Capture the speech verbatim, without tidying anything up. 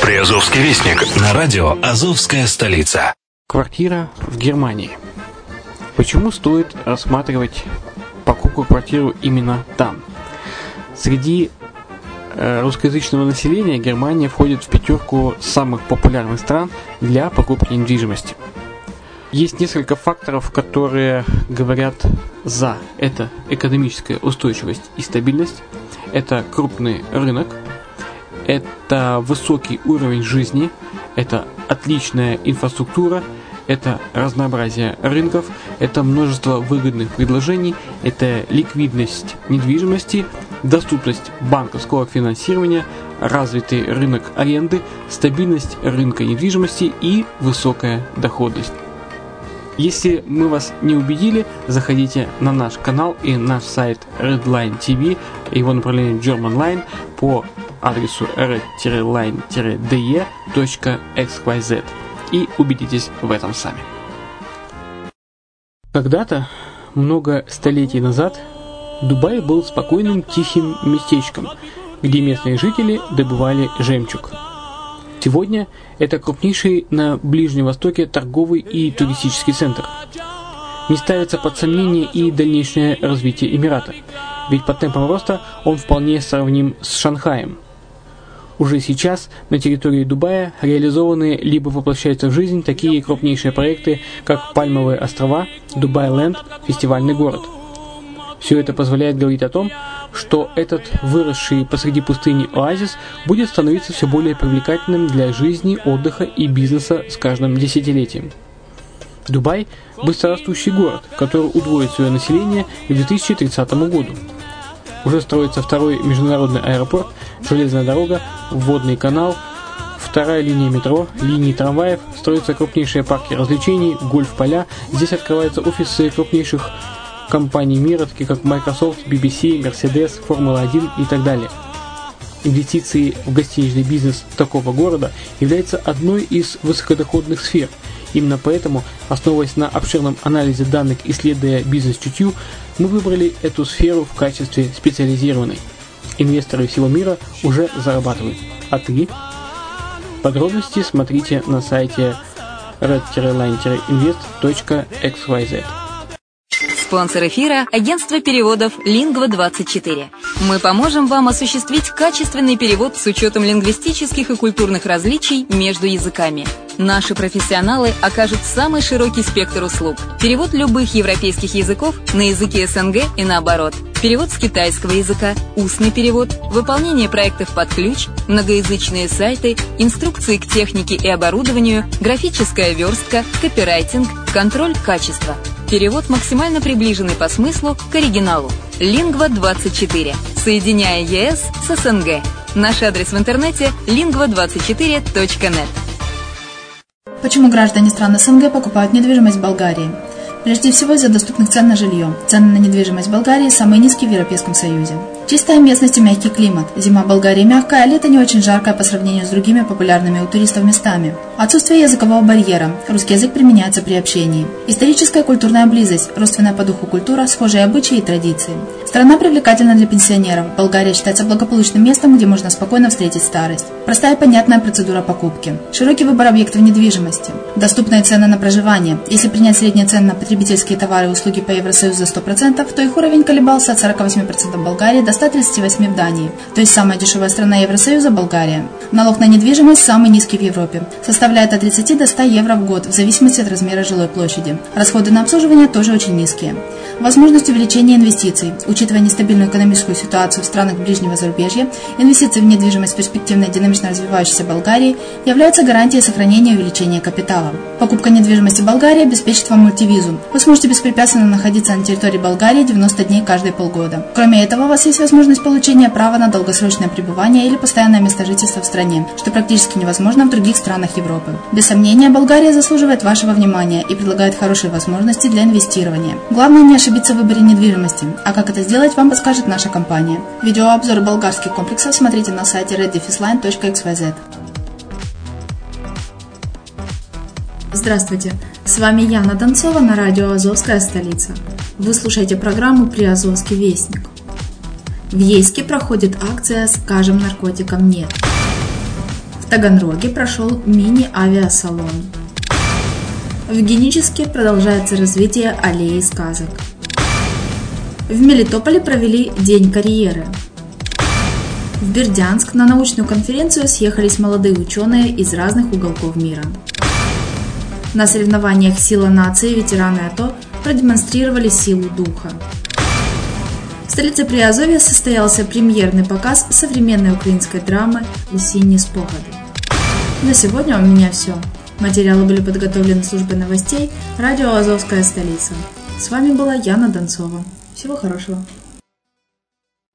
Приазовский вестник на радио «Азовская столица». Квартира в Германии. Почему стоит рассматривать покупку квартиры именно там? Среди э, русскоязычного населения Германия входит в пятерку самых популярных стран для покупки недвижимости. Есть несколько факторов, которые говорят за. Это экономическая устойчивость и стабильность, это крупный рынок, это высокий уровень жизни, это отличная инфраструктура, это разнообразие рынков, это множество выгодных предложений, это ликвидность недвижимости, доступность банковского финансирования, развитый рынок аренды, стабильность рынка недвижимости и высокая доходность. Если мы вас не убедили, заходите на наш канал и наш сайт Redline ти ви, его направление Germanline по адресу red line de точка экс уай зет и убедитесь в этом сами. Когда-то, много столетий назад, Дубай был спокойным тихим местечком, где местные жители добывали жемчуг. Сегодня это крупнейший на Ближнем Востоке торговый и туристический центр. Не ставится под сомнение и дальнейшее развитие Эмирата, ведь по темпам роста он вполне сравним с Шанхаем. Уже сейчас на территории Дубая реализованы либо воплощаются в жизнь такие крупнейшие проекты, как Пальмовые острова, Дубай-Ленд, фестивальный город. Все это позволяет говорить о том, что этот выросший посреди пустыни оазис будет становиться все более привлекательным для жизни, отдыха и бизнеса с каждым десятилетием. Дубай – быстрорастущий город, который удвоит свое население к две тысячи тридцатому году. Уже строится второй международный аэропорт, железная дорога, водный канал, вторая линия метро, линии трамваев, строятся крупнейшие парки развлечений, гольф-поля, здесь открываются офисы крупнейших компаний мира, такие как Microsoft, би би си, Mercedes, Формула один и так далее. Инвестиции в гостиничный бизнес такого города являются одной из высокодоходных сфер. Именно поэтому, основываясь на обширном анализе данных, исследуя бизнес-чутью, мы выбрали эту сферу в качестве специализированной. Инвесторы всего мира уже зарабатывают. А ты? Подробности смотрите на сайте red line invest точка экс уай зет. Спонсор эфира – агентство переводов лингва двадцать четыре. Мы поможем вам осуществить качественный перевод с учетом лингвистических и культурных различий между языками. Наши профессионалы окажут самый широкий спектр услуг. Перевод любых европейских языков на языки эс эн гэ и наоборот. Перевод с китайского языка, устный перевод, выполнение проектов под ключ, многоязычные сайты, инструкции к технике и оборудованию, графическая верстка, копирайтинг, контроль качества. Перевод максимально приближенный по смыслу к оригиналу. лингва двадцать четыре. Соединяя ЕС с эс эн гэ. Наш адрес в интернете лингва двадцать четыре точка нет. Почему граждане стран эс эн гэ покупают недвижимость в Болгарии? Прежде всего из-за доступных цен на жилье. Цены на недвижимость в Болгарии самые низкие в Европейском Союзе. Чистая местность и мягкий климат. Зима в Болгарии мягкая, а лето не очень жаркое по сравнению с другими популярными у туристов местами. Отсутствие языкового барьера. Русский язык применяется при общении. Историческая и культурная близость. Родственная по духу культура, схожие обычаи и традиции. Страна привлекательна для пенсионеров. Болгария считается благополучным местом, где можно спокойно встретить старость. Простая и понятная процедура покупки. Широкий выбор объектов недвижимости. Доступные цены на проживание. Если принять средние цены на потребительские товары и услуги по Евросоюзу за сто процентов, то их уровень колебался от сорок восемь процентов в Болгарии до ста тридцати восьми процентов в Дании. То есть самая дешевая страна Евросоюза – Болгария. Налог на недвижимость самый низкий в Европе. Составляет от тридцати до ста евро в год, в зависимости от размера жилой площади. Расходы на обслуживание тоже очень низкие. Возможность увеличения инвестиций. Учитывая нестабильную экономическую ситуацию в странах ближнего зарубежья, инвестиции в недвижимость в перспективной динамично развивающейся Болгарии являются гарантией сохранения и увеличения капитала. Покупка недвижимости в Болгарии обеспечит вам мультивизу. Вы сможете беспрепятственно находиться на территории Болгарии девяносто дней каждые полгода. Кроме этого, у вас есть возможность получения права на долгосрочное пребывание или постоянное место жительства в стране, что практически невозможно в других странах Европы. Без сомнения, Болгария заслуживает вашего внимания и предлагает хорошие возможности для инвестирования. Главное не ошибиться в выборе недвижимости, а как это сделать, вам подскажет наша компания. Видеообзор болгарских комплексов смотрите на сайте red line точка экс уай зет. Здравствуйте, с вами Яна Донцова на радио «Азовская столица». Вы слушаете программу «Приазовский вестник». В Ейске проходит акция «Скажем наркотикам нет». Таганроге прошел мини-авиасалон. В Геническе продолжается развитие аллеи сказок. В Мелитополе провели День карьеры. В Бердянск на научную конференцию съехались молодые ученые из разных уголков мира. На соревнованиях «Сила нации» ветераны АТО продемонстрировали силу духа. В столице Приазовья состоялся премьерный показ современной украинской драмы «Осенние спогади». На сегодня у меня все. Материалы были подготовлены службой новостей радио «Азовская столица». С вами была Яна Донцова. Всего хорошего.